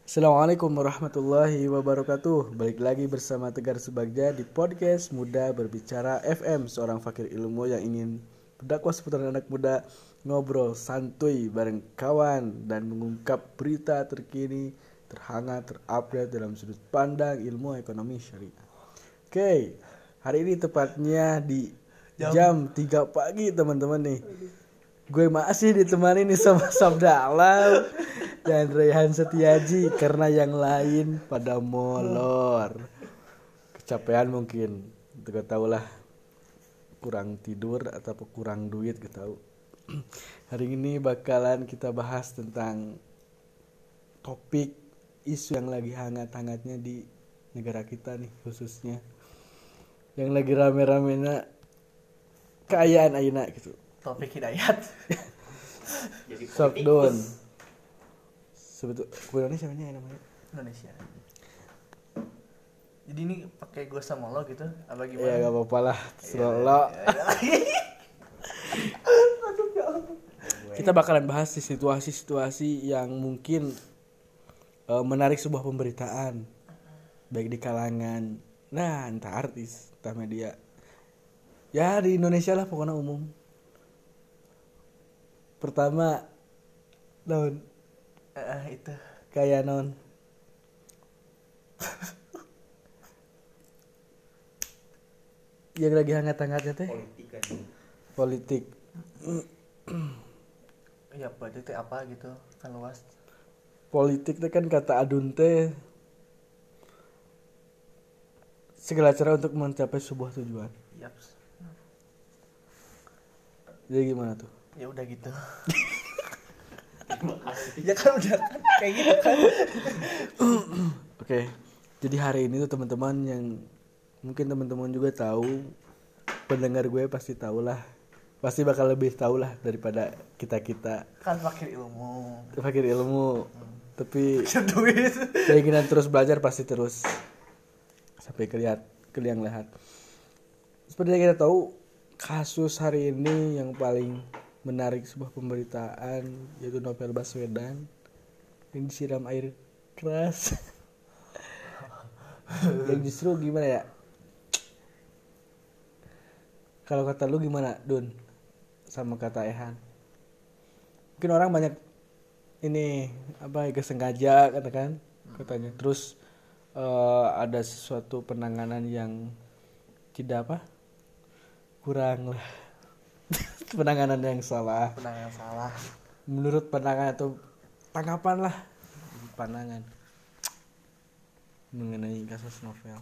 Assalamualaikum warahmatullahi wabarakatuh. Balik lagi bersama Tegar Subagja di podcast Muda Berbicara FM. Seorang fakir ilmu yang ingin berdakwah seputar anak muda, ngobrol santuy bareng kawan dan mengungkap berita terkini, terhangat, terupdate dalam sudut pandang ilmu ekonomi syariah. Oke, hari ini tepatnya di jam 3 pagi teman-teman nih. Gue masih ditemani nih sama Sabda Alam dan Raihan Setiaji karena yang lain pada molor. Kecapean mungkin, gak tau lah, kurang tidur atau kurang duit gak tahu. Hari ini bakalan kita bahas tentang topik isu yang lagi hangat-hangatnya di negara kita nih, khususnya yang lagi rame-ramenya kekayaan ayeuna gitu. Topik hidayat. Jadi Sokdon. Sebetulnya siapa namanya? Indonesia. Jadi ini pakai gue sama lo gitu apa gimana? Ya gak apa-apa lah, selalu. Kita bakalan bahas di situasi-situasi yang mungkin menarik sebuah pemberitaan, baik di kalangan, entah artis, entah media. Ya di Indonesia lah pokoknya umum. Pertama, Itu kayak non. Yang lagi hangat-hangatnya teh politik kan. politik. ya politik teh apa gitu kan luas. Politik teh kan kata adun teh segala cara untuk mencapai sebuah tujuan. Yaps. Jadi gimana tuh? Ya udah gitu. Ya kan udah kan kayak gitu kan. Oke. Jadi hari ini tuh teman-teman yang mungkin teman-teman juga tahu, pendengar gue pasti tahu lah. Pasti bakal lebih tahu lah daripada kita-kita. Kan fakir ilmu. Fakir ilmu. Tapi Duit. keinginan terus belajar pasti terus sampai kalian lihat. Seperti yang kita tahu, kasus hari ini yang paling menarik sebuah pemberitaan yaitu Novel Baswedan yang disiram air keras. Yang justru gimana ya? Kalau kata lu gimana, Dun? Sama kata Ehan. Mungkin orang banyak ini kesengaja katakan katanya. Terus ada sesuatu penanganan yang tidak kurang lah. Penanganan yang salah. Penanganan salah. Menurut pandangan atau tanggapan lah pandangan mengenai kasus Novel.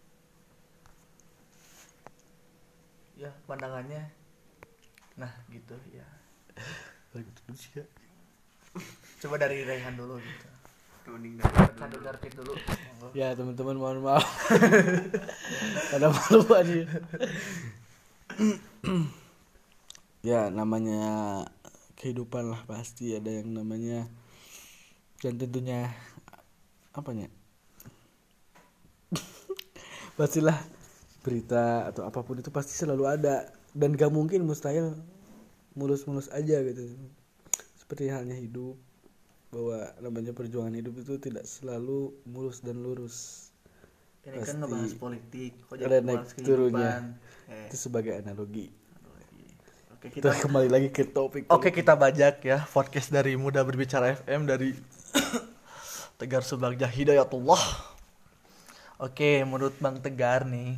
Ya pandangannya. Nah gitu ya. Coba dari Raihan dulu gitu. Kado Darkit dulu. Ya teman-teman mohon maaf. Ada malu aja. Ya namanya kehidupan lah, pasti ada yang namanya, dan tentunya pastilah berita atau apapun itu pasti selalu ada dan gak mungkin, mustahil mulus-mulus aja gitu. Seperti halnya hidup, bahwa namanya perjuangan hidup itu tidak selalu mulus dan lurus. Ini kan ngebahas politik, kok Ada jadi naik bahas turunnya. kehidupan. Itu sebagai analogi. Oke, Kita kembali lagi ke topik. Oke, kita bajak ya podcast dari Muda Berbicara FM dari Tegar Subagja Hidayatullah. Oke, menurut Bang Tegar nih.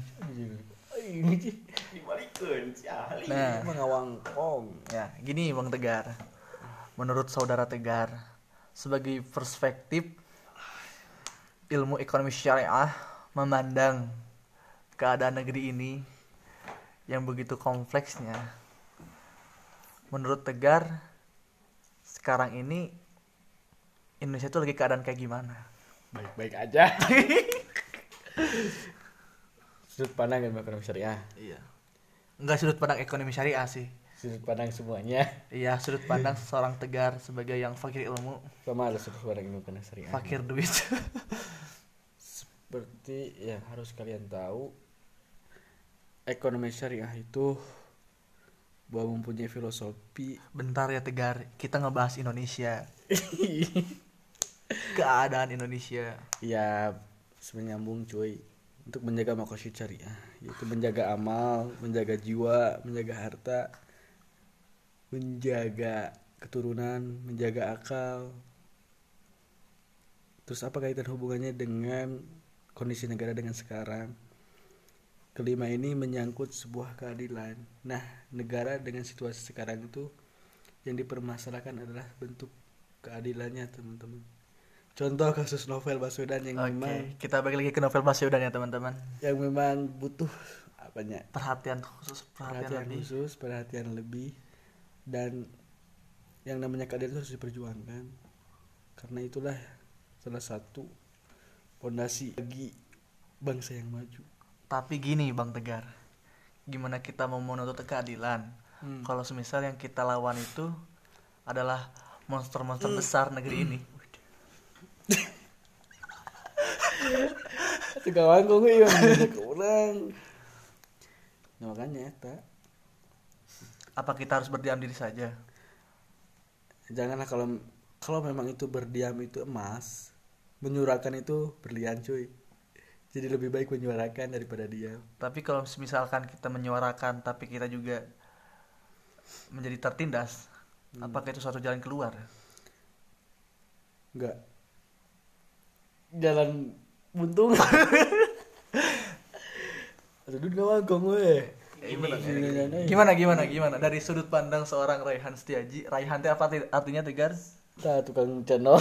Dibalikeun si ahli. Nah, Mengawang kong. ya, gini Bang Tegar. Menurut saudara Tegar, sebagai perspektif ilmu ekonomi syariah memandang keadaan negeri ini yang begitu kompleksnya, menurut Tegar sekarang ini Indonesia itu lagi keadaan kayak gimana? Baik-baik aja. Sudut pandang ilmu ekonomi syariah. Iya. Enggak sudut pandang ekonomi syariah sih. Sudut pandang semuanya. Iya, sudut pandang seorang Tegar sebagai yang fakir ilmu, Sama ada sudut pandang ilmu ekonomi syariah. fakir duit. Seperti yang harus kalian tahu, ekonomi syariah itu bahwa mempunyai filosofi. Bentar ya Tegar, kita ngebahas Indonesia. keadaan Indonesia. Ya semenyambung cuy, untuk menjaga makosyid syariah, yaitu menjaga amal, menjaga jiwa, menjaga harta, menjaga keturunan, menjaga akal. Terus apa kaitan hubungannya dengan kondisi negara dengan sekarang? Kelima ini menyangkut sebuah keadilan. Nah, negara dengan situasi sekarang itu yang dipermasalahkan adalah bentuk keadilannya, teman-teman. Contoh kasus Novel Baswedan yang memang Oke, kita balik lagi ke Novel Baswedan ya teman-teman. butuh apanya? Perhatian khusus, perhatian lebih. Khusus, perhatian lebih, dan yang namanya keadilan itu harus diperjuangkan. Karena itulah salah satu fondasi bagi bangsa yang maju. Tapi gini Bang Tegar, gimana kita mau menuntut keadilan kalau semisal yang kita lawan itu adalah monster-monster besar negeri ini? Kawan gue yang banyak orang. Nah, makanya eta. Apa kita harus berdiam diri saja? Janganlah kalau memang itu berdiam itu emas, menyuarakan itu berlian cuy. Jadi lebih baik menyuarakan daripada diam. Tapi kalau misalkan kita menyuarakan tapi kita juga menjadi tertindas, apakah itu suatu jalan keluar? Enggak. Jalan buntung. Aduh gawang gue. Gimana dari sudut pandang seorang Raihan Setiaji? Raihan itu apa artinya Tegar? Nah, tukang channel.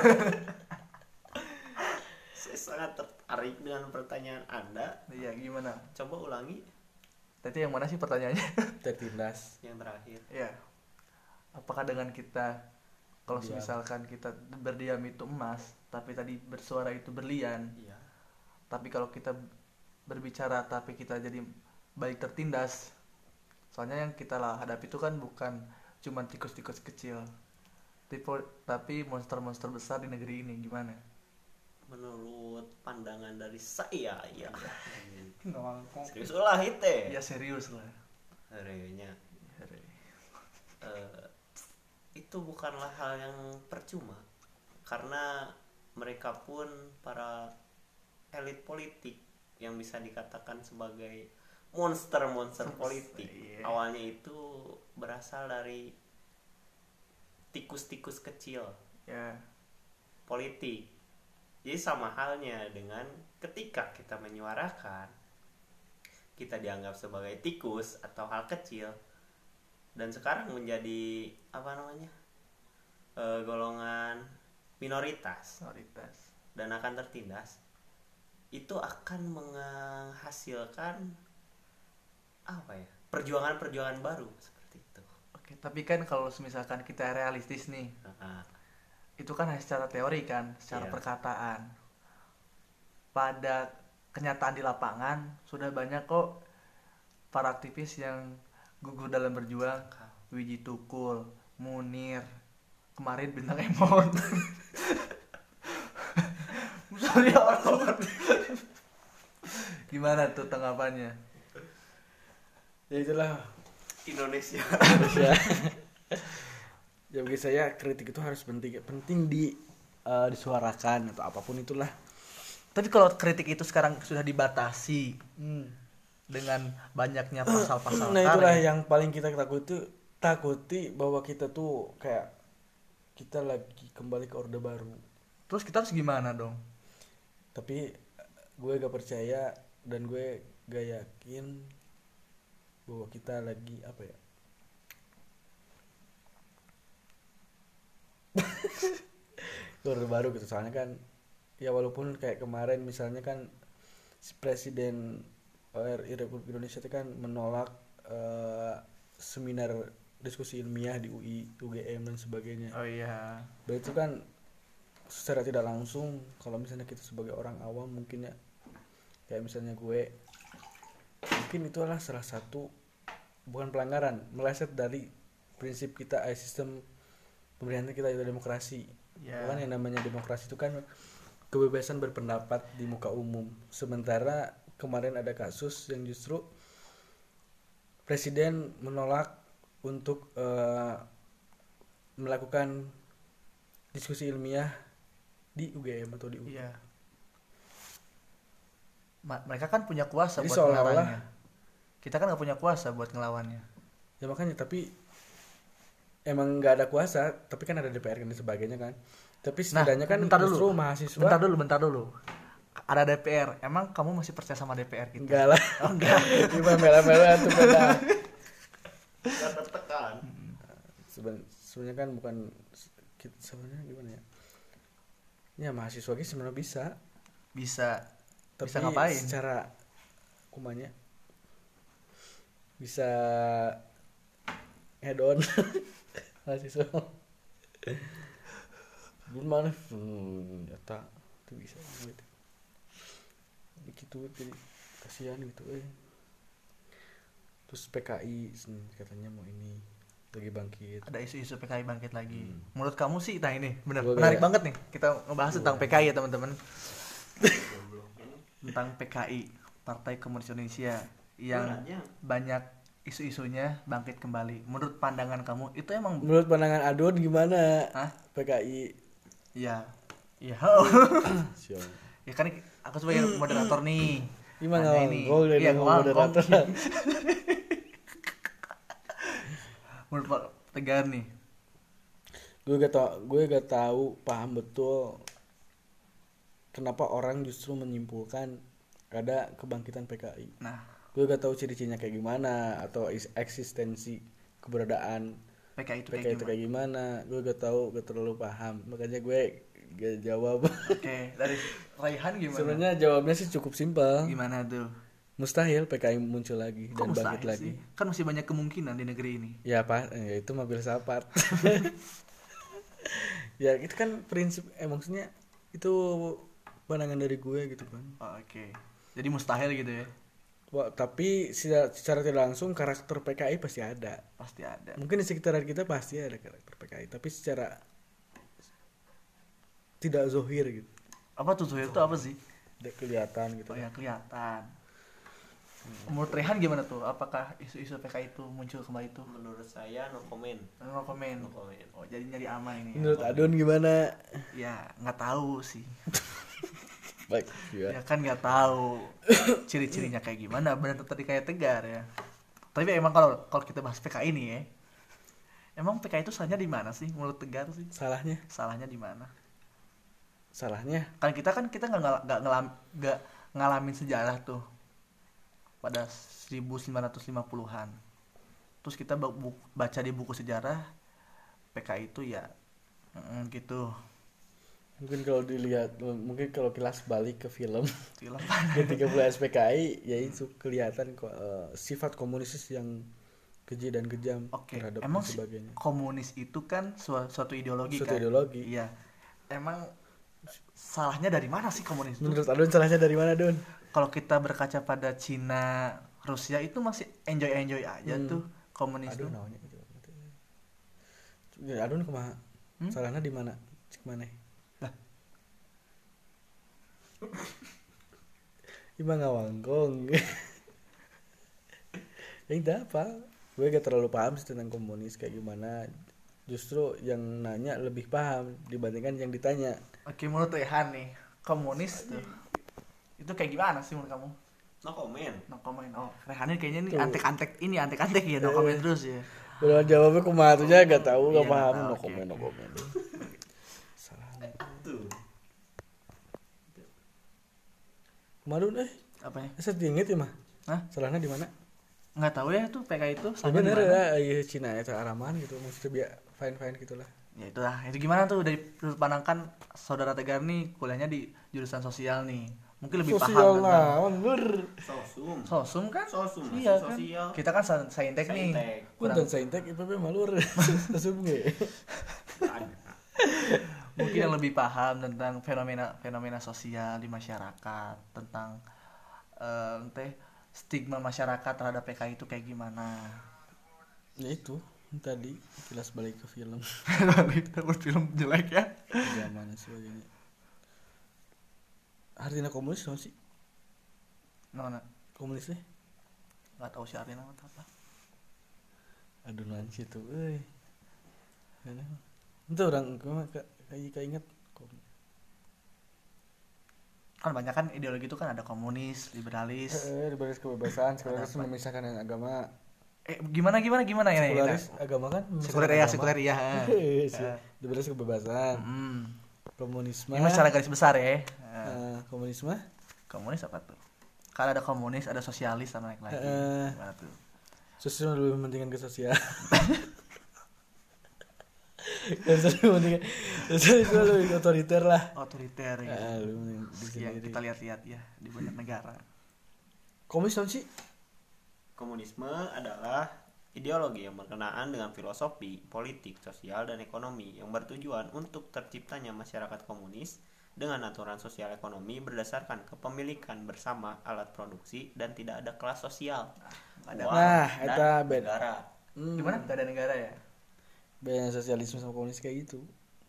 Saya sangat tertarik dengan pertanyaan Anda. Iya, gimana? Coba ulangi Tadi yang mana sih pertanyaannya? Tertindas. yang terakhir. Ya. Apakah dengan kita kalau Berdiam. misalkan kita berdiam itu emas, tapi tadi bersuara itu berlian, Iya. tapi kalau kita berbicara tapi kita jadi baik tertindas. Soalnya yang kita hadapi itu kan bukan cuma tikus-tikus kecil, tapi monster-monster besar di negeri ini. Gimana? Menurut pandangan dari saya ya. Ngomong. Serius ulah itu. Ya serius lah. Harenya. Itu bukanlah hal yang percuma karena mereka pun para elit politik yang bisa dikatakan sebagai monster politik. Iya. Awalnya itu berasal dari tikus-tikus kecil Ya. politik. Jadi sama halnya dengan ketika kita menyuarakan, kita dianggap sebagai tikus atau hal kecil, dan sekarang menjadi golongan minoritas dan akan tertindas, itu akan menghasilkan perjuangan baru seperti itu. Oke, tapi kan kalau misalkan kita realistis nih, itu kan hanya secara teori kan, secara Iya. perkataan. Pada kenyataan di lapangan sudah banyak kok para aktivis yang gugur dalam berjuang. Wiji Tukul, Munir, kemarin Bintang Emon. Surya Orton. Gimana tuh tanggapannya? Ya itulah Indonesia. Ya bagi saya kritik itu harus penting disuarakan atau apapun itulah. Tapi kalau kritik itu sekarang sudah dibatasi dengan banyaknya pasal-pasal Nah itulah karet. yang paling kita takuti bahwa kita tuh kayak kita lagi kembali ke orde baru. Terus kita harus gimana dong? Tapi gue gak percaya dan gue gak yakin bahwa kita lagi orde baru gitu. Soalnya kan ya walaupun kayak kemarin misalnya kan si Presiden RI Republik Indonesia itu kan menolak seminar diskusi ilmiah di UI, UGM dan sebagainya. Oh iya. Berarti itu kan secara tidak langsung kalau misalnya kita sebagai orang awam mungkin ya kayak misalnya gue mungkin itu adalah salah satu bukan pelanggaran, meleset dari prinsip kita sistem pemerintahan kita itu demokrasi. Ya. Kan yang namanya demokrasi itu kan kebebasan berpendapat di muka umum. Sementara kemarin ada kasus yang justru presiden menolak untuk melakukan diskusi ilmiah di UGM atau di UI. Iya. Mereka kan punya kuasa Jadi buat seolah-olah- melarangnya. Kita kan nggak punya kuasa buat ngelawannya. Ya makanya, tapi emang nggak ada kuasa, tapi kan ada DPR dan sebagainya kan. Tapi setidaknya kan bentar justru dulu. mahasiswa. Bentar dulu. Ada DPR. Emang kamu masih percaya sama DPR kita? Enggak lah. Oh, enggak. Gimana mela-mela tuh beda. Nggak tertekan. Sebenarnya kan bukan sebenarnya gimana ya? Ya mahasiswa gitu sebenarnya Bisa tapi ngapain? secara kumanya bisa head on mahasiswa. Gimana? Nyata itu bisa gitu. Gitu jadi kasihan gitu Terus PKI katanya mau ini lagi bangkit. Ada isu-isu PKI bangkit lagi. Menurut kamu sih, nah ini benar Gua menarik kayak- banget nih. Kita ngebahas tentang PKI ya teman-teman. Tentang PKI, Partai Komunis Indonesia yang Beratnya. banyak isu-isunya bangkit kembali. Menurut pandangan kamu itu emang Menurut pandangan Adon gimana? Hah? PKI. ya ya Sial. ya kan aku sebagai moderator nih. Gimana Nanya ini. Wangkong Iya, dan Wangkong. moderator. Menurut Pak Tegar nih. Gue gak tahu paham betul kenapa orang justru menyimpulkan ada kebangkitan PKI. Nah, Gue gak tahu ciri-cirinya kayak gimana atau eksistensi keberadaan PKI itu PKI itu kayak kayak gimana. Gue gak tahu, gak terlalu paham. Makanya gue gak jawab. Oke, dari Raihan gimana? Sebenarnya jawabnya sih cukup simpel. Gimana tuh? Mustahil PKI muncul lagi Kok dan bangkit mustahil lagi. sih? Kan masih banyak kemungkinan di negeri ini. Ya ya itu mobil sapart. Ya itu kan prinsip maksudnya itu pandangan dari gue gitu kan. Oh, oke. Jadi mustahil gitu ya. Wah, tapi secara tidak langsung karakter PKI pasti ada. Pasti ada. Mungkin di sekitaran kita pasti ada karakter PKI, tapi secara tidak zohir gitu. Apa tuh Zuhair itu apa sih? Tidak kelihatan gitu. Oh ya, kelihatan. Menurut Rehan gimana tuh? Apakah isu-isu PKI itu muncul kembali tuh? Menurut saya no comment. No comment. No comment. Oh, jadi nyari aman ini. Ya, Menurut Adon gimana? ya nggak tahu sih. Baik, Ya kan nggak tahu ciri-cirinya kayak gimana. Benar tadi kayak Tegar ya. Tapi emang kalau kita bahas PKI ini ya, emang PKI itu salahnya di mana sih? Menurut Tegar sih, salahnya. salahnya di mana? Salahnya Kan kita nggak ngalamin sejarah tuh pada 1950-an. Terus kita baca di buku sejarah PKI itu ya gitu. mungkin kalau dilihat, mungkin kalau kilas balik ke film Film. ketika mulai SPKI ya itu kelihatan kok sifat komunis yang keji dan kejam Oke, terhadap emang dan sebagainya. komunis itu kan suatu ideologi Suatu kan? ideologi. Iya. Emang salahnya dari mana sih komunis itu? Menurut Adon salahnya dari mana, Don? Kalau kita berkaca pada Cina, Rusia itu masih enjoy aja tuh komunis tuh. Adon namanya gitu. Adon kumaha? Salahnya di mana? Cik mana? Lah. Ima ngawangkong. Ya tidak apa. Gue gak terlalu paham sih tentang komunis kayak gimana. Justru yang nanya lebih paham dibandingkan yang ditanya. Oke, menurut Rehan nih, komunis tuh itu kayak gimana sih menurut kamu? No comment. No comment. Oh, Rehan ini kayaknya nih Tuh. antek-antek ya, no comment terus ya. Udah jawabnya kumaha tuh aja gak tahu, Iya, gak paham. nggak tahu, No oke, comment, no oke. comment. Salah. Tuh. Kemarin Apa ya? saya diinget ya mah. Hah? Salahnya di mana? Nggak tahu ya tuh PKI itu Ya salahnya bener di mana? ya, iya Cina itu araman gitu, maksudnya biar fine gitulah. Ya itulah. Itu gimana tuh dari sudut pandang kan saudara Tegar nih kuliahnya di jurusan sosial nih. Mungkin lebih Sosial paham tentang naon ber. Sosum. sosum kan? Sosum, masih Iya kan. sosial. Kita kan saintek nih. Saintek. Punten saintek IPB malur. Asum ge. Ada. Mungkin yang lebih paham tentang fenomena sosial di masyarakat, tentang stigma masyarakat terhadap PKI itu kayak gimana. Ya itu tadi kilas balik ke film Kita film jelek ya. zaman dan sebagainya. Artinya komunis apa sih? Mana? Komunisnya? Nggak tahu sih artinya apa. Aduh nanti tuh, Itu orang kayak inget Kan banyak kan ideologi itu kan ada komunis, liberalis. Liberalis kebebasan, sekularis memisahkan yang agama. Gimana ya? Sekularis agama kan Sekuler ya, sekuler ya. Liberalis kebebasan. Komunisme. Ini secara garis besar ya. Komunisme. Komunis apa tuh? Kalau ada komunis, ada sosialis sama yang lagi. Gimana tuh? Sosial lebih mementingkan ke sosial. Sosialisme lebih otoriter lah. Otoriter ya. Ya, kita lihat-lihat ya di banyak negara. Komunis apa sih? Komunisme adalah ideologi yang berkenaan dengan filosofi, politik, sosial, dan ekonomi yang bertujuan untuk terciptanya masyarakat komunis dengan aturan sosial ekonomi berdasarkan kepemilikan bersama alat produksi dan tidak ada kelas sosial. Eta beda. Negara. Gimana? Gak ada negara ya? Bedanya sosialisme sama komunis kayak gitu.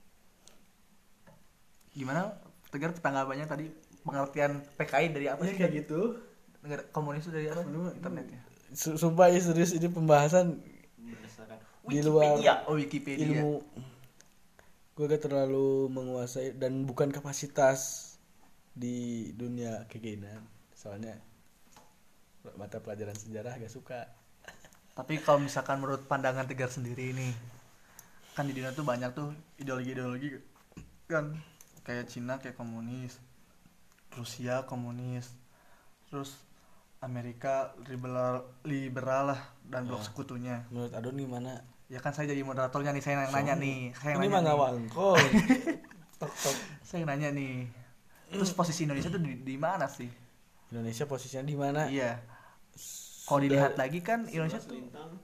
Gimana? Tegar tanggapannya tadi pengertian PKI dari apa sih? Kayak gitu. Negara komunis itu dari apa? Internetnya. Sumpah ya serius, ini pembahasan Berdasarkan di luar Wikipedia. ilmu. Gue gak terlalu menguasai dan bukan kapasitas di dunia kekinian. Soalnya mata pelajaran sejarah gak suka. Tapi kalau misalkan menurut pandangan Tegar sendiri nih, kan di dunia tuh banyak tuh ideologi kan, kayak Cina kayak komunis, Rusia komunis, terus Amerika liberal lah dan blok sekutunya. Menurut Adon gimana? Ya kan saya jadi moderatornya nih, saya yang nanya nih. Ini mah ngawangkol. Tok. Saya yang nanya nih. Terus posisi Indonesia tuh di mana sih? Indonesia posisinya di mana? Iya. Kalau dilihat lagi kan Indonesia tuh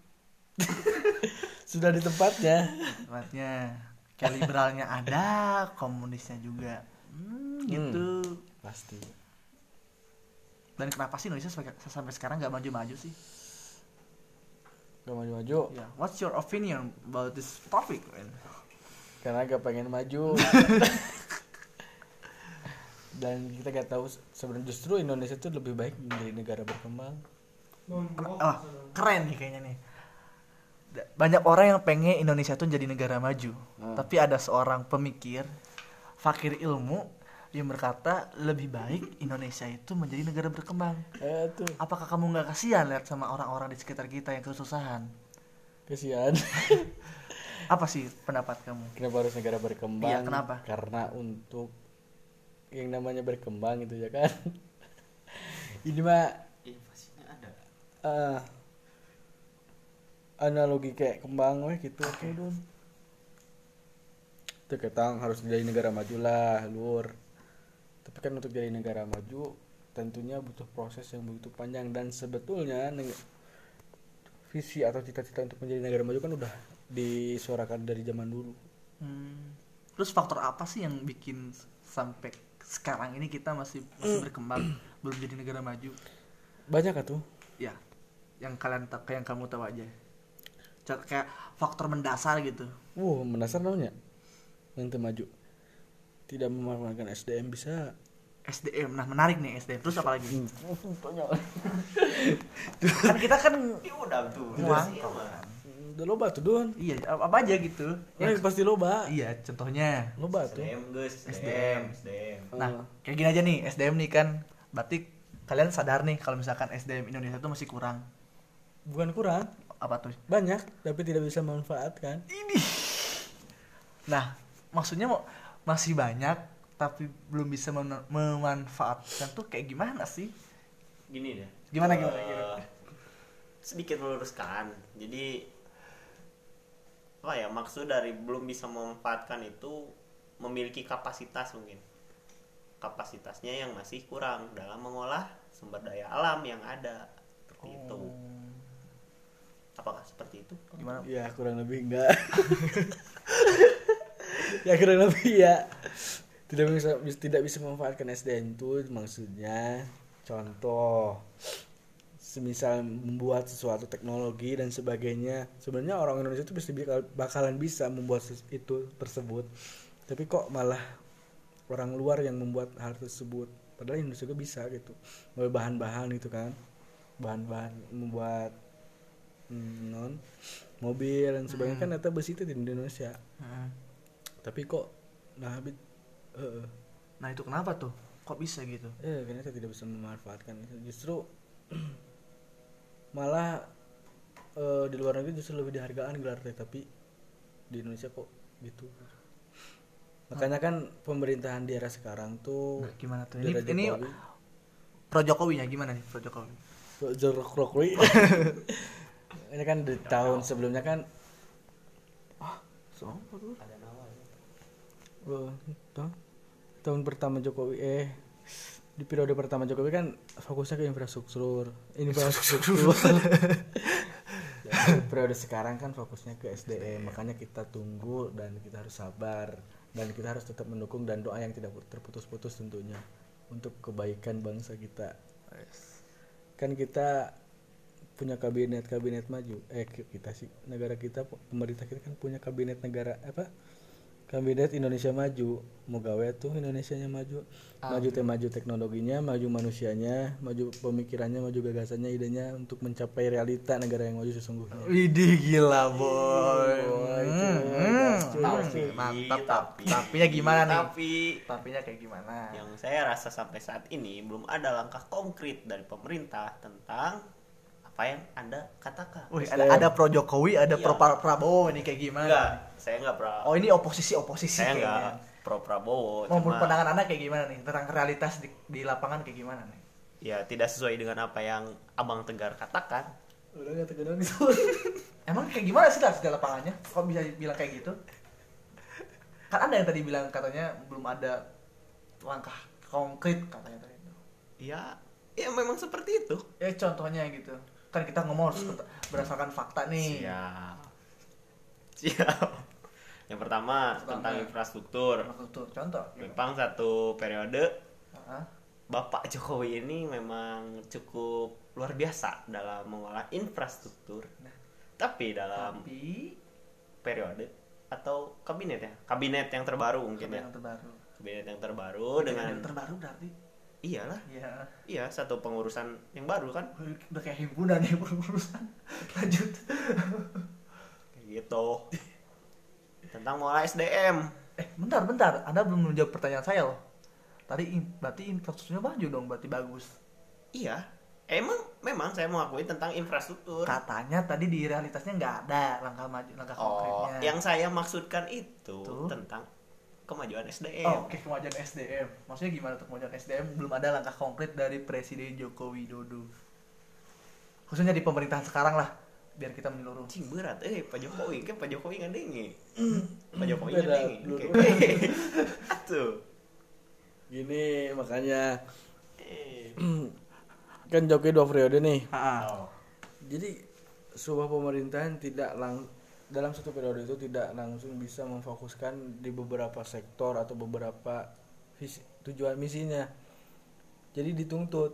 sudah di tempatnya. Kayak liberalnya ada, komunisnya juga. Gitu. Pasti. Dan kenapa sih Indonesia sampai sekarang nggak maju-maju sih? Gak maju-maju. Yeah. What's your opinion about this topic? Karena gak pengen maju. Dan kita gak tahu sebenarnya justru Indonesia tuh lebih baik menjadi negara berkembang. Keren nih kayaknya nih. Banyak orang yang pengen Indonesia tuh jadi negara maju. Tapi ada seorang pemikir, fakir ilmu, yang berkata lebih baik Indonesia itu menjadi negara berkembang. Apakah kamu nggak kasihan lihat sama orang-orang di sekitar kita yang kesusahan? Kasihan. Apa sih pendapat kamu? Kenapa harus negara berkembang? Iya, kenapa? Karena untuk yang namanya berkembang itu ya kan. Ini mah inovasinya ada. Analogi kayak kembang gitu. Oke, Dun. Itu ketang harus jadi negara maju lah, lur. Tapi kan untuk jadi negara maju tentunya butuh proses yang begitu panjang, dan sebetulnya visi atau cita-cita untuk menjadi negara maju kan udah disuarakan dari zaman dulu. Terus faktor apa sih yang bikin sampai sekarang ini kita masih berkembang, belum jadi negara maju? Banyak tuh. Ya, yang kamu tahu aja. Kayak faktor mendasar gitu. Mendasar namanya yang maju. Tidak memanfaatkan SDM bisa. SDM, nah menarik nih SDM. Terus apa lagi? Kan kita kan udah tuh. Udah loba tuh, Don. Iya, apa aja gitu. Pasti loba. Iya, contohnya loba tuh. SDM. Nah, kayak gini aja nih, SDM nih kan. Berarti kalian sadar nih kalau misalkan SDM Indonesia tuh masih kurang. Bukan kurang. Apa tuh? Banyak, tapi tidak bisa memanfaatkan. Ini. Nah, maksudnya masih banyak tapi belum bisa memanfaatkan tuh kayak gimana sih? Gini deh. Gimana? Sedikit meluruskan. Jadi maksud dari belum bisa memanfaatkan itu memiliki kapasitas mungkin. Kapasitasnya yang masih kurang dalam mengolah sumber daya alam yang ada. Seperti itu. Apakah seperti itu? Gimana? Ya, kurang lebih enggak. Ya kurang lebih ya. Tidak bisa memanfaatkan SDM itu maksudnya. Contoh, semisal membuat sesuatu teknologi dan sebagainya, sebenarnya orang Indonesia itu bakalan bisa membuat itu tersebut, tapi kok malah orang luar yang membuat hal tersebut, padahal Indonesia juga bisa gitu, bahan-bahan itu kan, bahan-bahan membuat mobil dan sebagainya kan eta besi itu di Indonesia. Tapi kok nah itu kenapa tuh kok bisa gitu? Karena kita tidak bisa memanfaatkan itu. Justru malah di luar negeri justru lebih dihargaan gelar teh, tapi di Indonesia kok gitu. Makanya kan pemerintahan di era sekarang tuh Nah, gimana tuh? di era Ini Jokowi, Pro Jokowinya gimana nih, Pro Jokowi? Jokowi ini kan di tahun sebelumnya kan siapa tuh? Ada nama ya. Tahun pertama Jokowi di periode pertama Jokowi kan fokusnya ke infrastruktur. Dan periode sekarang kan fokusnya ke SDM. Makanya kita tunggu dan kita harus sabar dan kita harus tetap mendukung dan doa yang tidak terputus-putus tentunya untuk kebaikan bangsa kita. Kan kita punya kabinet maju. Kita sih negara kita, pemerintah kita kan punya kabinet negara Kabinet Indonesia Maju. Mau gawe tuh Indonesianya maju. Maju maju teknologinya, maju manusianya, maju pemikirannya, maju gagasannya, idenya untuk mencapai realita negara yang maju sesungguhnya. Widih gila boy. Mantap. Tapinya gimana nih? Tapinya kayak gimana? yang saya rasa sampai saat ini belum ada langkah konkret dari pemerintah tentang apa yang Anda katakan. Wih, ada pro Jokowi, ada Iya. pro Prabowo, ini kayak gimana? Enggak, saya enggak Oh, ini oposisi saya kayaknya. enggak pro Prabowo. Menurut Cuma pandangan Anda kayak gimana nih tentang realitas di lapangan kayak gimana nih? ya tidak sesuai dengan apa yang Abang Tegar katakan. Udah enggak terkenal itu. Emang kayak gimana sih di lapangannya? Kok bisa bilang kayak gitu? Kan Anda yang tadi bilang katanya belum ada langkah konkret katanya tadi itu. Ya memang seperti itu. Ya contohnya gitu. Kan kita ngomong harus berdasarkan fakta nih. Siap. Yang pertama tentang infrastruktur. Infrastruktur contoh. Memang satu periode Heeh. Bapak Jokowi ini memang cukup luar biasa dalam mengolah infrastruktur. Tapi dalam Tapi periode atau kabinet yang terbaru mungkin ya. yang terbaru. Kabinet yang terbaru dengan Yang terbaru berarti. iyalah. Iya. Iya, satu pengurusan yang baru kan. Udah kayak himpunan ya urusan. Lanjut. Kayak gitu. Tentang mengolah SDM. Bentar. Anda belum menjawab pertanyaan saya loh. Tadi berarti infrastrukturnya maju dong, berarti bagus. Iya. Memang saya mau akui tentang infrastruktur. Katanya tadi di realitasnya nggak ada langkah konkretnya. Yang saya maksudkan itu Tuh. tentang kemajuan SDM. Oke, kemajuan SDM. Maksudnya gimana tuh kemajuan SDM? Belum ada langkah konkret dari Presiden Joko Widodo. Khususnya di pemerintahan sekarang lah, biar kita menyeluruh. Cing berat, Pak Jokowi ngadengi. Pak Jokowi Beda, ngadengi. dulu. Atuh. Gini makanya kan Jokowi 2 periode nih. Jadi sebuah pemerintahan dalam satu periode itu tidak langsung bisa memfokuskan di beberapa sektor atau beberapa tujuan misinya. Jadi dituntut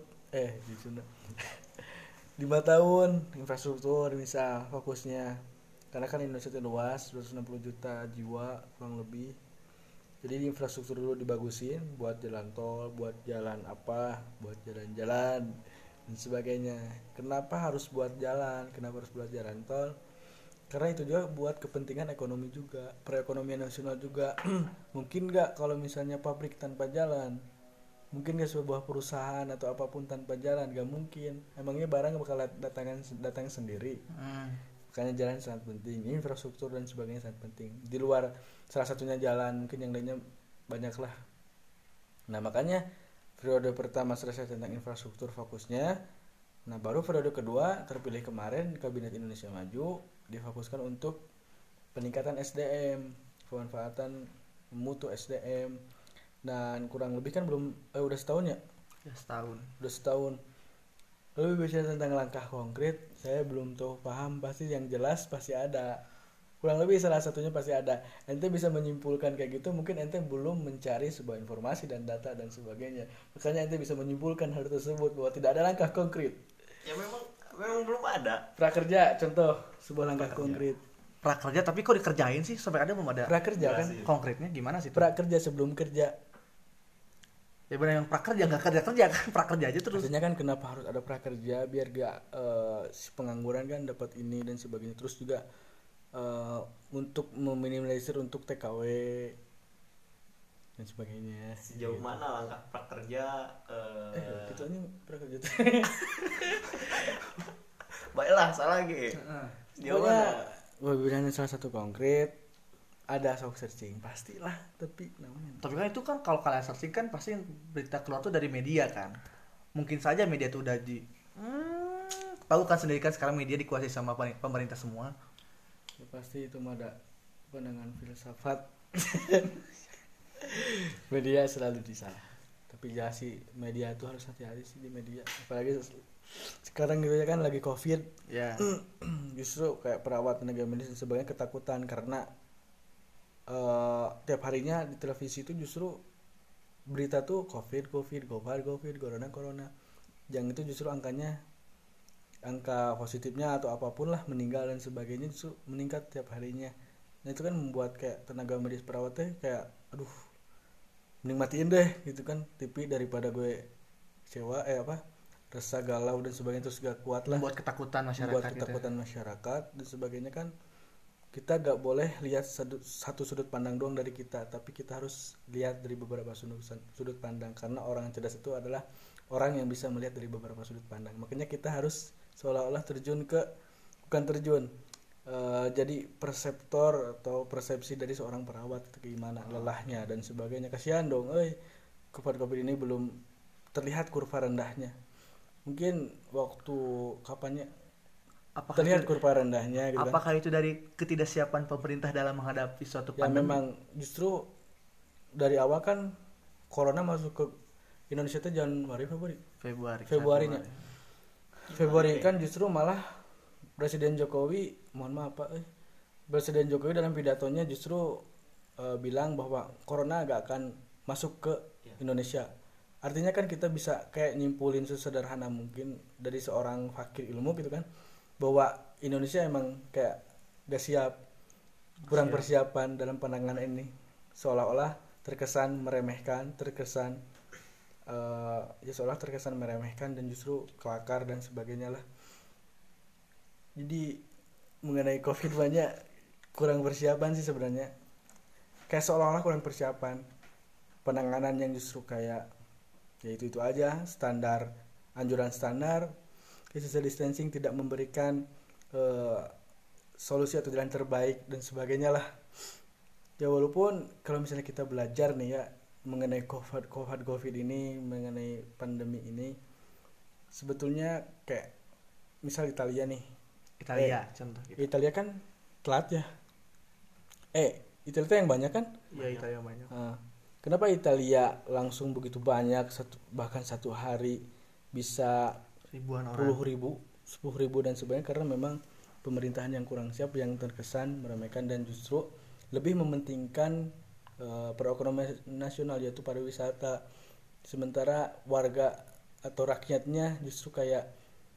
5 tahun infrastruktur misal fokusnya. Karena kan Indonesia itu luas, 260 juta jiwa kurang lebih. Jadi di infrastruktur dulu dibagusin buat jalan tol, buat jalan buat jalan-jalan dan sebagainya. Kenapa harus buat jalan? Kenapa harus buat jalan tol? Karena itu juga buat kepentingan ekonomi juga, perekonomian nasional juga. Mungkin nggak kalau misalnya pabrik tanpa jalan? Mungkin nggak sebuah perusahaan atau apapun tanpa jalan? Nggak mungkin. Emangnya barang bakal datang sendiri? Makanya jalan sangat penting, infrastruktur dan sebagainya sangat penting. Di luar salah satunya jalan, mungkin yang lainnya banyak lah. Nah makanya periode pertama selesai tentang infrastruktur fokusnya. Nah baru periode kedua terpilih kemarin Kabinet Indonesia Maju difokuskan untuk peningkatan SDM, pemanfaatan mutu SDM. Dan kurang lebih kan udah setahun ya? Udah setahun. Lebih bicara tentang langkah konkret, saya belum tahu paham, pasti yang jelas pasti ada. Kurang lebih salah satunya pasti ada. Ente bisa menyimpulkan kayak gitu, mungkin ente belum mencari sebuah informasi dan data dan sebagainya. Makanya ente bisa menyimpulkan hal tersebut bahwa tidak ada langkah konkret. Ya memang belum ada. Prakerja contoh sebuah langkah konkret. Prakerja tapi kok dikerjain sih sampai ada belum ada. Prakerja kan Konkretnya gimana sih? prakerja sebelum kerja. Ya benar yang prakerja nggak kerja kan prakerja aja terus. Maksudnya kan kenapa harus ada prakerja biar gak si pengangguran kan dapat ini dan sebagainya. Terus juga untuk meminimalisir untuk TKW. dan sebagainya. Sejauh Gitu. mana langkah prakerja Kita ini prakerja. baiklah salah lagi. Sejauh mana? Gue bilangnya salah satu konkret ada shock searching pastilah, tapi namanya Tapi kan itu kan kalau kalian searching kan pasti yang berita keluar tuh dari media kan. Mungkin saja media tuh udah tahu kan sendiri kan sekarang media dikuasai sama pemerintah semua. ya pasti itu mah ada pandangan filsafat. Media selalu disalah, tapi ya sih media itu harus hati-hati sih di media, apalagi sekarang gitu ya kan lagi covid Ya. justru kayak perawat tenaga medis dan sebagainya ketakutan karena tiap harinya di televisi itu justru berita tuh covid corona yang itu justru angka positifnya atau apapun lah meninggal dan sebagainya justru meningkat tiap harinya. Nah itu kan membuat kayak tenaga medis perawatnya kayak aduh mending matiin deh gitu kan TV daripada gue kecewa rasa galau dan sebagainya terus gak kuat lah, Membuat ketakutan masyarakat. membuat ketakutan masyarakat dan sebagainya kan. Kita gak boleh lihat satu sudut pandang doang dari kita, tapi kita harus lihat dari beberapa sudut pandang, karena orang yang cerdas itu adalah orang yang bisa melihat dari beberapa sudut pandang. Makanya kita harus seolah-olah jadi perseptor atau persepsi dari seorang perawat itu gimana lelahnya dan sebagainya. Kasihan dong, COVID ini belum terlihat kurva rendahnya. Mungkin waktu kapannya terlihat kurva rendahnya gitu apakah itu dari ketidaksiapan pemerintah dalam menghadapi suatu ya pandemi? memang justru dari awal kan corona masuk ke Indonesia itu Februarinya. Februari kan justru malah Presiden Jokowi Presiden Jokowi dalam pidatonya justru bilang bahwa corona gak akan masuk ke Indonesia. Artinya kan kita bisa kayak nyimpulin sesederhana mungkin dari seorang fakir ilmu gitu kan, bahwa Indonesia emang kayak gak siap, kurang persiapan dalam penanganan ini, seolah-olah terkesan meremehkan dan justru kelakar dan sebagainya lah. Jadi mengenai COVID banyak kurang persiapan sih sebenarnya, kayak seolah-olah kurang persiapan penanganan yang justru kayak ya itu aja anjuran standar. Social distancing tidak memberikan solusi atau jalan terbaik dan sebagainya lah. Ya walaupun kalau misalnya kita belajar nih ya mengenai COVID ini, mengenai pandemi ini, sebetulnya kayak misal Italia Contoh gitu. Italia kan telat ya. Italia itu yang banyak kan? Ya Italia banyak. Kenapa Italia langsung begitu banyak, bahkan satu hari bisa Ribuan orang. 10.000 dan sebagainya, karena memang pemerintahan yang kurang siap, yang terkesan meremehkan dan justru lebih mementingkan perekonomian nasional yaitu pariwisata, sementara warga atau rakyatnya justru kayak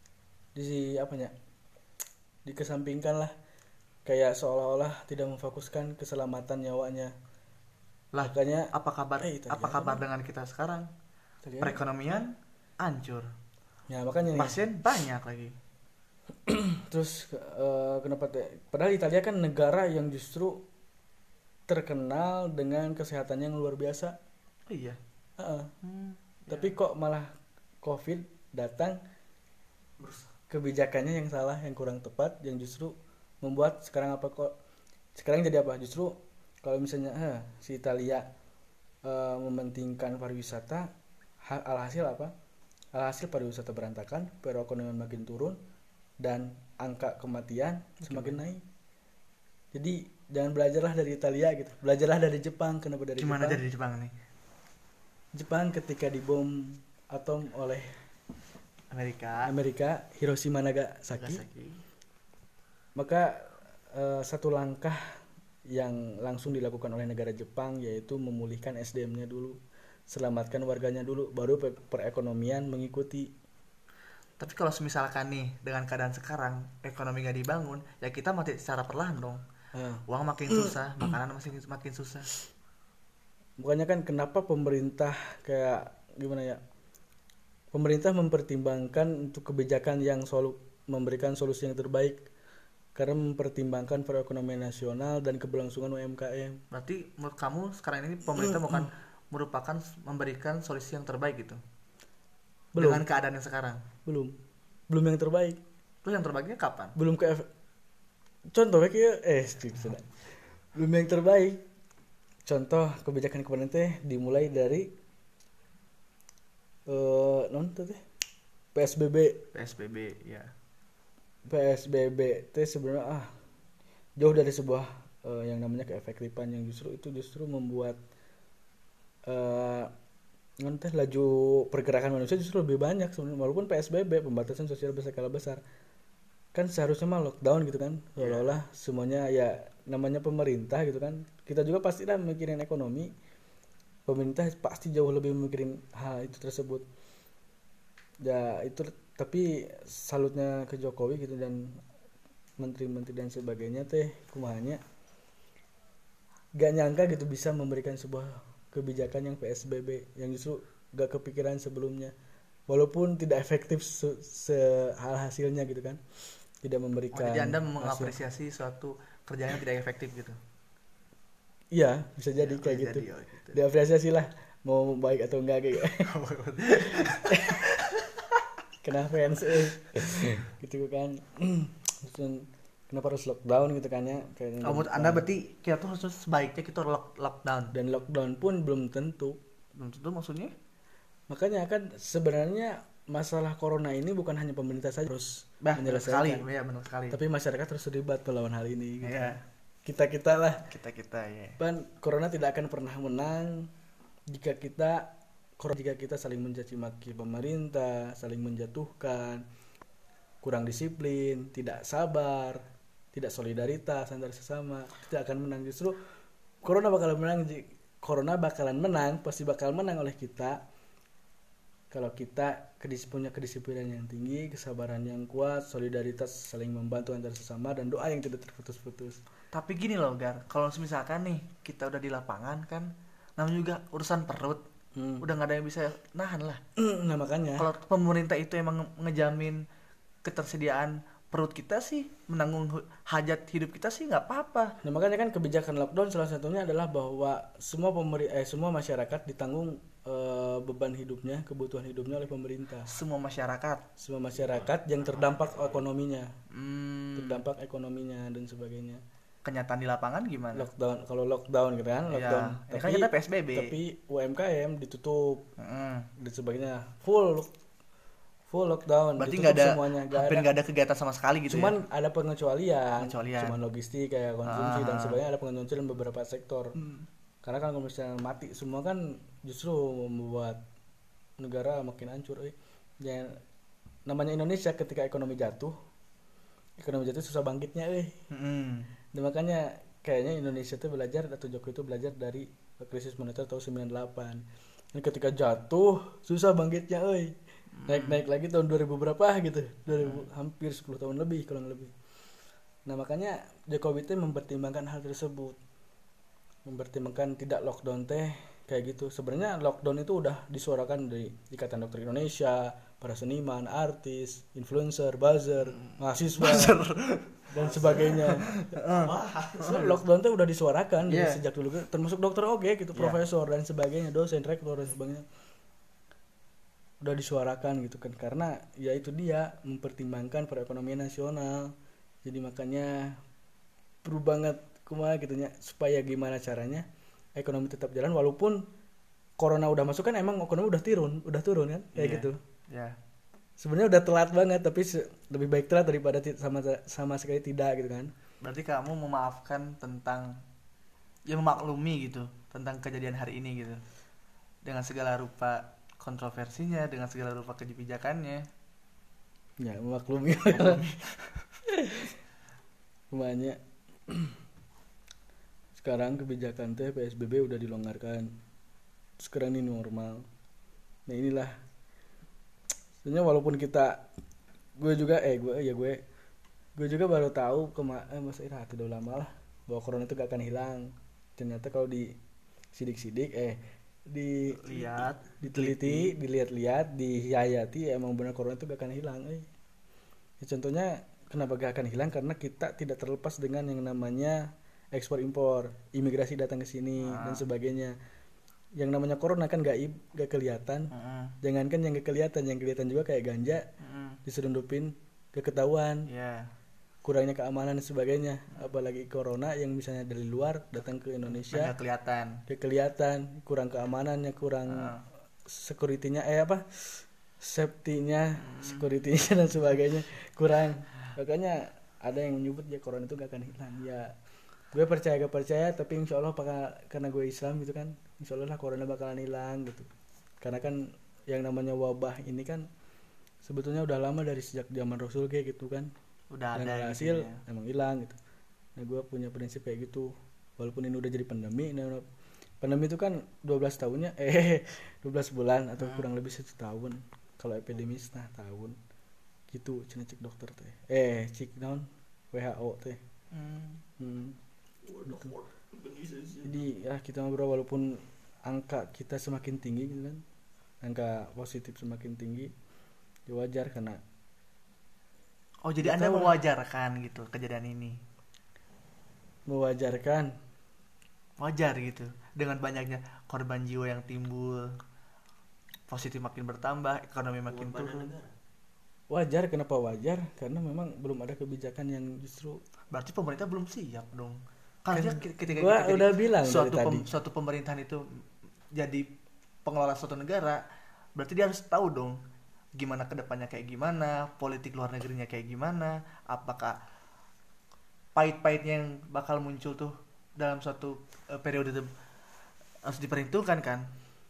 dikesampingkan lah, kayak seolah-olah tidak memfokuskan keselamatan nyawanya. Lah, makanya apa kabar dengan kita sekarang? Italia, Perekonomian hancur. ya makanya Pasien banyak lagi. Terus kenapa padahal Italia kan negara yang justru terkenal dengan kesehatan yang luar biasa. Oh iya. Tapi kok malah COVID datang, kebijakannya yang salah, yang kurang tepat, yang justru membuat sekarang jadi apa? Justru kalau misalnya si Italia mementingkan pariwisata, alhasil apa? Alhasil pariwisata berantakan, perekonomian makin turun, dan angka kematian semakin naik. Jadi jangan belajarlah dari Italia gitu, belajarlah dari Jepang. Kenapa dari Gimana Jepang? dari Jepang nih? Jepang ketika dibom atom oleh Amerika, Hiroshima Nagasaki. Maka satu langkah yang langsung dilakukan oleh negara Jepang yaitu memulihkan SDM-nya dulu, selamatkan warganya dulu, baru perekonomian mengikuti. Tapi kalau misalkan nih dengan keadaan sekarang ekonomi gak dibangun, ya kita mati secara perlahan dong. Uang makin susah, makanan makin susah. Bukannya kan kenapa pemerintah kayak gimana ya? Pemerintah mempertimbangkan untuk kebijakan yang memberikan solusi yang terbaik karena mempertimbangkan perekonomian nasional dan keberlangsungan UMKM. Berarti menurut kamu sekarang ini pemerintah bukan merupakan memberikan solusi yang terbaik gitu Belum. dengan keadaan yang sekarang. belum yang terbaik, Terus yang terbaiknya kapan? belum ke contohnya sudah belum yang terbaik. Contoh kebijakan kemarin teh dimulai dari non teh PSBB ya. PSBB teh sebenarnya jauh dari sebuah yang namanya keefektifan, yang justru membuat teh laju pergerakan manusia justru lebih banyak sebenarnya. Walaupun PSBB, pembatasan sosial berskala besar, kan seharusnya mah lockdown gitu kan, seolah-olah semuanya ya namanya pemerintah gitu kan. Kita juga pasti lah mikirin ekonomi, pemerintah pasti jauh lebih mikirin hal itu tersebut ya. Itu tapi salutnya ke Jokowi gitu dan menteri-menteri dan sebagainya teh kumahanya gak nyangka gitu bisa memberikan sebuah kebijakan yang PSBB yang justru gak kepikiran sebelumnya, walaupun tidak efektif hal hasilnya gitu kan, tidak memberikan Jadi Anda hasil. mengapresiasi suatu kerjaan yang tidak efektif gitu. Iya bisa jadi Ya, kayak bisa gitu, jadi, oh, gitu. diapresiasi lah mau baik atau enggak kayak kena fans gitu kan. Kenapa harus lockdown gitu kan ya kayak Menurut Anda berarti kita tuh harus sebaiknya kita lockdown. dan lockdown pun belum tentu. Belum tentu maksudnya? Makanya kan sebenarnya masalah corona ini bukan hanya pemerintah saja harus Benar sekali, menyelesaikan, ya benar sekali. tapi masyarakat harus terlibat melawan hal ini gitu. Iya. Kita lah Kita ya. kan corona tidak akan pernah menang jika kita saling mencaci maki pemerintah, saling menjatuhkan, kurang disiplin, tidak sabar, tidak solidaritas antar sesama. Kita akan menang. Justru corona bakalan menang, pasti bakal menang oleh kita kalau kita punya kedisiplinan yang tinggi, kesabaran yang kuat, solidaritas, saling membantu antar sesama, dan doa yang tidak terputus-putus. Tapi gini loh Gar, kalau misalkan nih kita udah di lapangan kan, namanya juga urusan perut, udah nggak ada yang bisa nahan lah. Nah makanya Kalau pemerintah itu emang ngejamin ketersediaan perut kita sih, menanggung hajat hidup kita sih nggak apa-apa. Nah makanya kan kebijakan lockdown salah satunya adalah bahwa semua masyarakat ditanggung beban hidupnya, kebutuhan hidupnya oleh pemerintah. Semua masyarakat yang terdampak ekonominya, dan sebagainya. Kenyataan di lapangan gimana? Kalau lockdown gitu kan, lockdown. Ya, kan kita PSBB. Tapi UMKM ditutup dan sebagainya, full lockdown. Berarti nggak ada semuanya, hampir nggak ada kegiatan sama sekali gitu. Cuman ada pengecualian. Pengecualian. Cuman logistik kayak konsumsi dan sebagainya ada pengecualian beberapa sektor. Karena kan kalau misalnya mati semua kan justru membuat negara makin hancur. Ya, namanya Indonesia ketika ekonomi jatuh susah bangkitnya. Dan makanya kayaknya Indonesia itu belajar atau Jokowi itu belajar dari krisis moneter tahun 98. Dan ketika jatuh susah bangkitnya. Naik lagi tahun 2000 berapa gitu, 2000 hampir 10 tahun lebih kurang lebih. Nah makanya Jokowi itu mempertimbangkan hal tersebut, mempertimbangkan tidak lockdown teh kayak gitu. Sebenarnya lockdown itu udah disuarakan dari Ikatan Dokter Indonesia, para seniman, artis, influencer, buzzer, mahasiswa dan sebagainya. Lockdown teh udah disuarakan dari sejak dulu, termasuk dokter gitu, profesor dan sebagainya, dosen, rektor dan sebagainya. Udah disuarakan gitu kan, karena ya itu dia mempertimbangkan perekonomian nasional. Jadi makanya perlu banget kumaha gitunya supaya gimana caranya ekonomi tetap jalan walaupun corona udah masuk kan, emang ekonomi udah turun kan kayak gitu. Sebenarnya udah telat banget, tapi lebih baik telat daripada sama sekali tidak gitu kan. Berarti kamu memaafkan tentang memaklumi gitu tentang kejadian hari ini gitu, dengan segala rupa kontroversinya, dengan segala rupa kebijakannya. Ya memaklumi. Semuanya. Sekarang kebijakan teh PSBB udah dilonggarkan. Sekarang ini normal. Nah inilah. Sebenarnya walaupun gue juga baru tahu masa itu udah lama lah bahwa corona itu gak akan hilang. Ternyata kalau dilihat-lihat, dihayati emang benar corona itu gak akan hilang. Ya, contohnya kenapa gak akan hilang, karena kita tidak terlepas dengan yang namanya ekspor impor, imigrasi datang ke sini dan sebagainya. yang namanya corona kan gaib, gak kelihatan. Jangankan yang gak kelihatan, yang kelihatan juga kayak ganja diselundupin, gak ketahuan. Iya. Kurangnya keamanan dan sebagainya. Apalagi corona yang misalnya dari luar datang ke Indonesia, Nggak kelihatan. gak kelihatan, kurang keamanannya, kurang security-nya safety-nya, security-nya dan sebagainya kurang. Makanya ada yang menyebut ya corona itu gak akan hilang. Ya gue percaya gak percaya, tapi insya Allah karena gue Islam gitu kan, insya Allah lah corona bakalan hilang gitu. Karena kan yang namanya wabah ini kan sebetulnya udah lama dari sejak zaman Rasul kayak gitu kan. Udah Dan ada hasil gitu ya. emang hilang gitu. Nah gue punya prinsip kayak gitu. Walaupun ini udah jadi pandemi, nah, pandemi itu kan 12 tahunnya 12 bulan atau kurang lebih 1 tahun. Kalau epidemi setengah tahun gitu cina cek dokter teh cek naon WHO teh. Gitu. Jadi ya kita ngobrol walaupun angka kita semakin tinggi gitu kan, angka positif semakin tinggi, ya wajar karena Oh jadi Anda mewajarkan gitu kejadian ini. mewajarkan. Wajar gitu dengan banyaknya korban jiwa yang timbul, positif makin bertambah, ekonomi makin turun. Wajar, kenapa wajar? Karena memang belum ada kebijakan yang justru. Berarti pemerintah belum siap dong. Karena ketika Gua kita udah bilang suatu dari tadi. suatu pemerintahan itu jadi pengelola suatu negara, berarti dia harus tahu dong gimana kedepannya kayak gimana, politik luar negerinya kayak gimana, apakah pahit-pahitnya yang bakal muncul tuh dalam suatu periode itu harus diperhitungkan kan.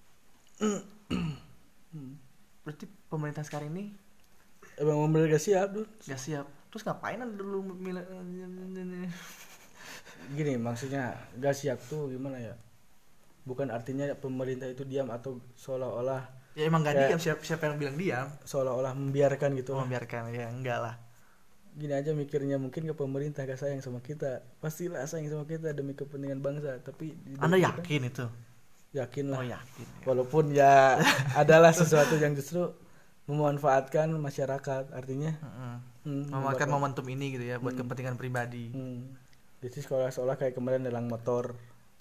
Berarti pemerintah sekarang ini Emang bener gak siap tuh. gak siap. Terus ngapain Anda dulu Gini maksudnya gak siap tuh gimana ya? Bukan artinya pemerintah itu diam atau seolah-olah ya emang gak kayak- diam, siapa yang bilang diam? seolah-olah membiarkan gitu. Membiarkan ya enggak lah. Gini aja mikirnya, mungkin ke pemerintah gak sayang sama kita, pastilah sayang sama kita demi kepentingan bangsa. Tapi Anda yakin itu? yakin lah. Oh yakin. Walaupun ya adalah sesuatu yang justru memanfaatkan masyarakat, artinya Memanfaatkan momentum ini gitu ya buat kepentingan pribadi. jadi seolah-olah kayak kemarin lelang motor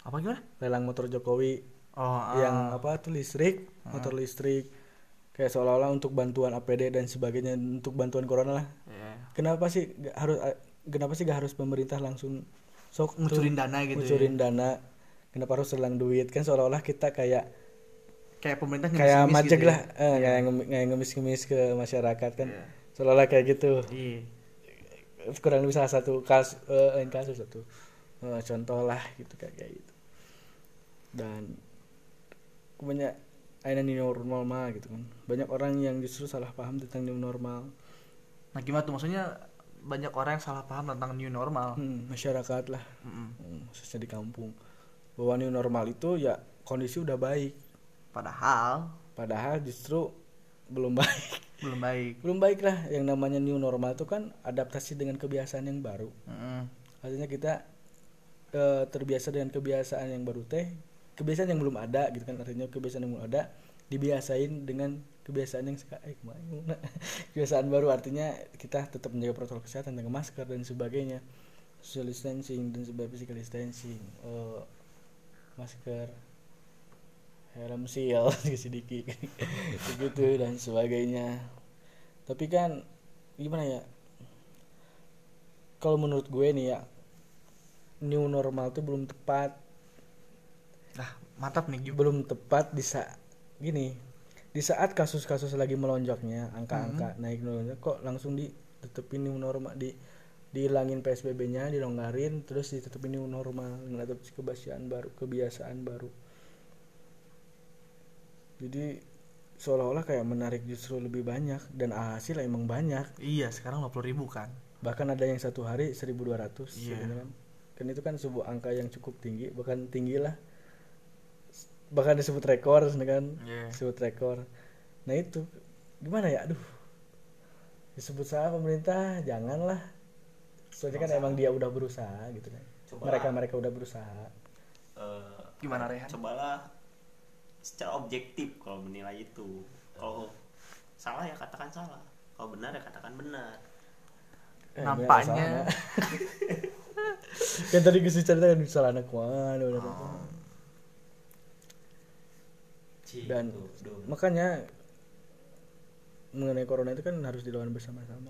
Jokowi yang apa tuh listrik, motor listrik, kayak seolah-olah untuk bantuan APD dan sebagainya, untuk bantuan corona lah. Yeah. Kenapa sih gak harus pemerintah langsung sok Ngucurin dana gitu ngucurin dana? Kenapa harus lelang duit? Kan seolah-olah kita kayak pemerintah kayak ngemis-ngemis majek gitu lah, kayak ngemis-ngemis ke masyarakat kan. Seolah-olah kayak gitu. Iya. Kurang lebih salah satu kasus satu contoh lah gitu kayak gitu. Dan banyak new normal mah gitu kan. Banyak orang yang justru salah paham tentang new normal. Nah gimana tuh maksudnya banyak orang yang salah paham tentang new normal. Masyarakat lah, khususnya di kampung, bahwa new normal itu ya kondisi udah baik. Padahal justru belum baik. Belum baik lah. Yang namanya new normal itu kan adaptasi dengan kebiasaan yang baru. Artinya kita terbiasa dengan kebiasaan yang baru kebiasaan yang belum ada gitu kan. Artinya kebiasaan yang belum ada dibiasain dengan kebiasaan yang kebiasaan baru. Artinya kita tetap menjaga protokol kesehatan dengan masker dan sebagainya, social distancing dan sebagainya, physical distancing, masker, helm seal sedikit begitu dan sebagainya. Tapi kan gimana ya, kalau menurut gue nih ya, new normal tuh belum tepat. Mantap nih. Belum tepat di saat kasus-kasus lagi melonjaknya, angka-angka naik kok langsung ditetepin new normal, dihilangin PSBB-nya, dilonggarin, terus ditetepin new normal, mengadopsi kebiasaan baru. Jadi seolah-olah kayak menarik justru lebih banyak, dan hasil emang banyak. Iya, sekarang 50.000 kan. Bahkan ada yang satu hari 1.200. Iya. Kan itu kan sebuah angka yang cukup tinggi, bahkan tinggi lah. Bahkan disebut rekor kan. Yeah. Disebut rekor. Nah itu gimana ya, disebut salah pemerintah janganlah. Soalnya kan emang dia udah berusaha gitu kan. Mereka udah berusaha. Gimana Rehan? Cobalah secara objektif kalau menilai itu. Kalau salah ya katakan salah, kalau benar ya katakan benar. Nampaknya Kan tadi gue cerita kan salah anak mana. Dan makanya mengenai corona itu kan harus dilawan bersama-sama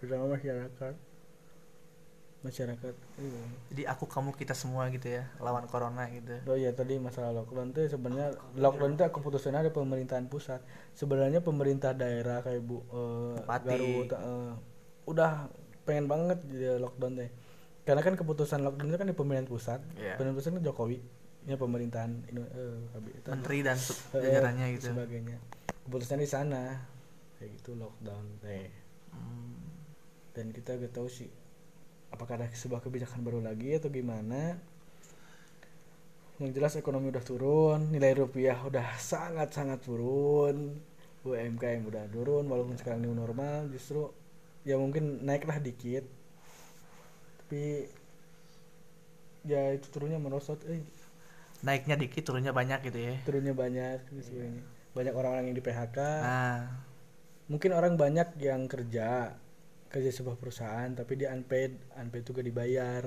masyarakat. Jadi aku kamu kita semua gitu ya lawan corona gitu. Oh iya, tadi masalah lockdown itu sebenarnya lockdown itu keputusannya ada pemerintahan pusat. Sebenarnya pemerintah daerah kayak Bupati. Garut udah pengen banget jadi lockdown deh. Karena kan keputusan lockdown itu kan di pemerintahan pusat. Pemerintahan pusat kan Jokowi, ya pemerintahan menteri dan jajarannya gitu. Sebagainya. Keputusan di sana kayak gitu lockdown teh. Dan kita gak tahu sih apakah ada sebuah kebijakan baru lagi atau gimana. Yang jelas ekonomi udah turun, nilai rupiah udah sangat-sangat turun, UMKM udah turun, walaupun sekarang new normal justru ya mungkin naiklah dikit, tapi ya itu turunnya merosot. Naiknya dikit turunnya banyak gitu ya. Turunnya banyak sebenarnya. Banyak orang-orang yang di PHK. Mungkin orang banyak yang kerja sebuah perusahaan tapi dia unpaid itu gak dibayar.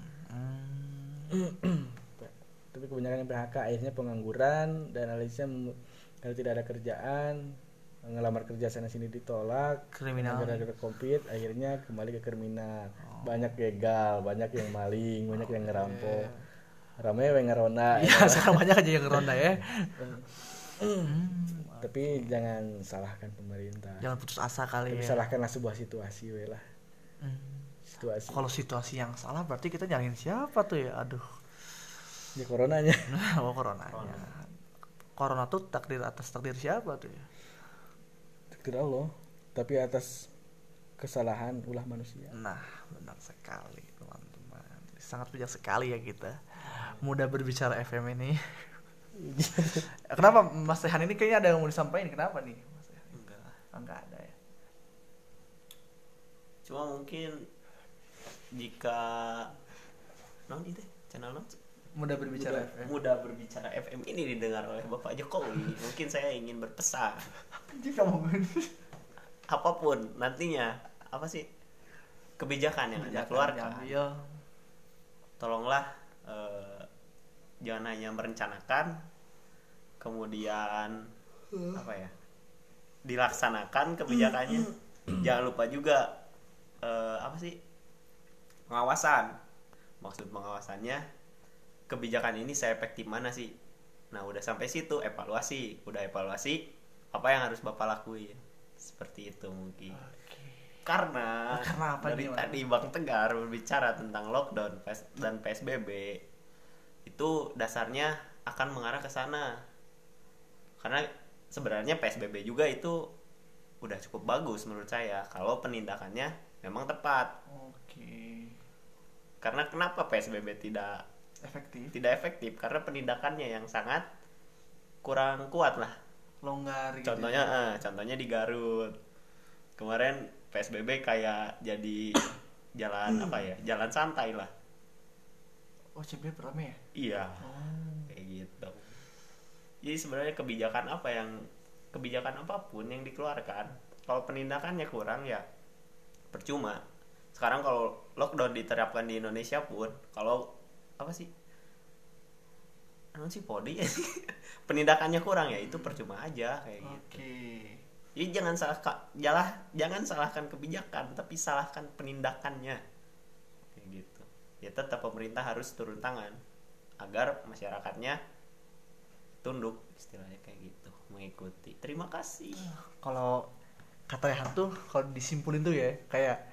Tapi kebanyakan yang PHK akhirnya pengangguran dan alasannya kalau tidak ada kerjaan, ngelamar kerja sana sini ditolak, kriminal gara-gara Covid akhirnya kembali ke kriminal. Banyak begal, banyak yang maling, banyak yang ngerampok. Ramai yang ngeronda. Iya, sekarang banyak aja yang ngeronda ya. Tapi jangan salahkan pemerintah. Jangan putus asa kali. Tapi ya. salahkanlah sebuah situasi lah. Situasi. Kalau situasi yang salah berarti kita nyalahin siapa tuh ya? Aduh. Ya coronanya. Coronanya. Corona tuh takdir atas takdir siapa tuh ya? Takdir Allah. Tapi atas kesalahan ulah manusia. Nah, benar sekali teman-teman. Sangat bijak sekali ya kita. Mudah berbicara FM ini. Kenapa Mas Rehan ini kayaknya ada yang mau disampaikan? Kenapa nih Mas Rehan? Enggak ada ya. Cuma mungkin jika channel Mudah berbicara FM. Mudah berbicara FM ini didengar oleh Bapak Jokowi, mungkin saya ingin berpesan. Jika mungkin apapun nantinya apa sih kebijakan yang Anda keluarkan, tolonglah jangan hanya merencanakan kemudian dilaksanakan kebijakannya. Jangan lupa juga pengawasan. Maksud pengawasannya kebijakan ini seefektif mana sih. Nah udah sampai situ evaluasi apa yang harus Bapak lakuin, seperti itu mungkin. Karena apa dari tadi Bang Tegar berbicara tentang lockdown dan PSBB itu dasarnya akan mengarah ke sana. Karena sebenarnya PSBB juga itu udah cukup bagus menurut saya kalau penindakannya memang tepat. Karena kenapa PSBB tidak efektif? Karena penindakannya yang sangat kurang kuat lah. Longgar gitu. Contohnya di Garut. Kemarin PSBB kayak jadi jalan jalan santai lah. CB rame ya? Iya. Kayak gitu. Jadi sebenarnya kebijakan apapun yang dikeluarkan, kalau penindakannya kurang ya percuma. Sekarang kalau lockdown diterapkan di Indonesia pun, kalau podi penindakannya kurang ya itu percuma aja kayak gitu. Jadi jangan salahkan kebijakan, tapi salahkan penindakannya kayak gitu. Ya tetap pemerintah harus turun tangan agar masyarakatnya tunduk, istilahnya kayak gitu, mengikuti. Terima kasih. Kalau kata Rehan tuh kalau disimpulin tuh ya kayak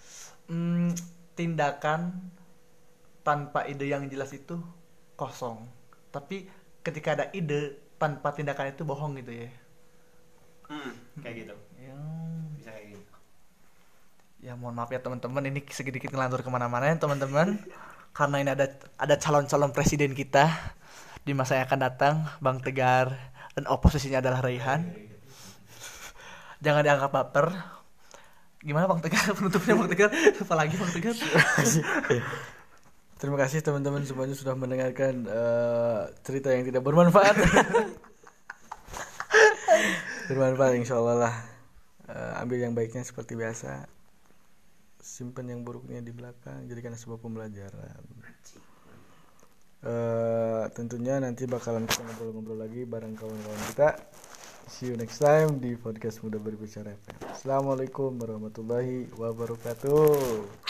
tindakan tanpa ide yang jelas itu kosong, tapi ketika ada ide tanpa tindakan itu bohong gitu ya. Kayak gitu. Bisa kayak gitu. Ya mohon maaf ya teman-teman, ini sedikit ngelantur kemana-mana ya teman-teman. Karena ini ada calon-calon presiden kita di masa yang akan datang, Bang Tegar, dan oposisinya adalah Rehan. Jangan dianggap baper. Gimana Bang Tegar penutupnya Bang Tegar? Apalagi Bang Tegar? Terima kasih teman-teman semuanya sudah mendengarkan cerita yang tidak bermanfaat. Bermanfaat insyaallah lah. Ambil yang baiknya seperti biasa, simpan yang buruknya di belakang, jadikan sebuah pembelajaran. Tentunya nanti bakalan kita ngobrol-ngobrol lagi bareng kawan-kawan kita. See you next time di podcast Muda Berbicara FM. Assalamualaikum warahmatullahi wabarakatuh.